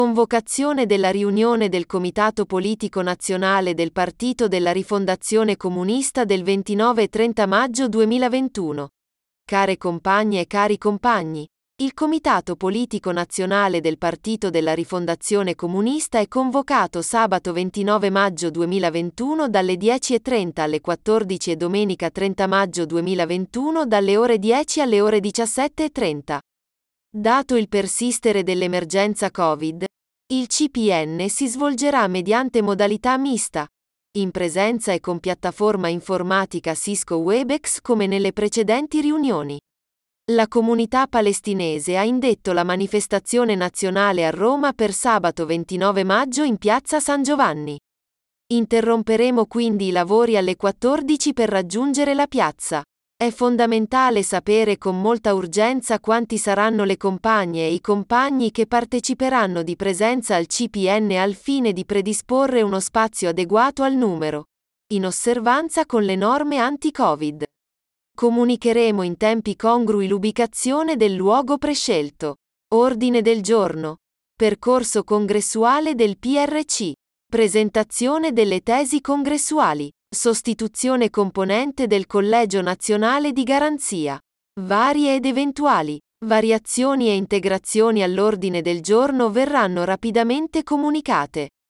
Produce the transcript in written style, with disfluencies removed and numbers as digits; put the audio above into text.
Convocazione della riunione del Comitato Politico Nazionale del Partito della Rifondazione Comunista del 29 e 30 maggio 2021. Care compagne e cari compagni, il Comitato Politico Nazionale del Partito della Rifondazione Comunista è convocato sabato 29 maggio 2021 dalle 10:30 alle 14 e domenica 30 maggio 2021 dalle ore 10 alle ore 17:30. Dato il persistere dell'emergenza Covid, il CPN si svolgerà mediante modalità mista, in presenza e con piattaforma informatica Cisco Webex come nelle precedenti riunioni. La comunità palestinese ha indetto la manifestazione nazionale a Roma per sabato 29 maggio in piazza San Giovanni. Interromperemo quindi i lavori alle 14 per raggiungere la piazza. È fondamentale sapere con molta urgenza quanti saranno le compagne e i compagni che parteciperanno di presenza al CPN al fine di predisporre uno spazio adeguato al numero, in osservanza con le norme anti-Covid. Comunicheremo in tempi congrui l'ubicazione del luogo prescelto. Ordine del giorno. Percorso congressuale del PRC. Presentazione delle tesi congressuali. Sostituzione componente del Collegio Nazionale di Garanzia. Varie ed eventuali variazioni e integrazioni all'ordine del giorno verranno rapidamente comunicate.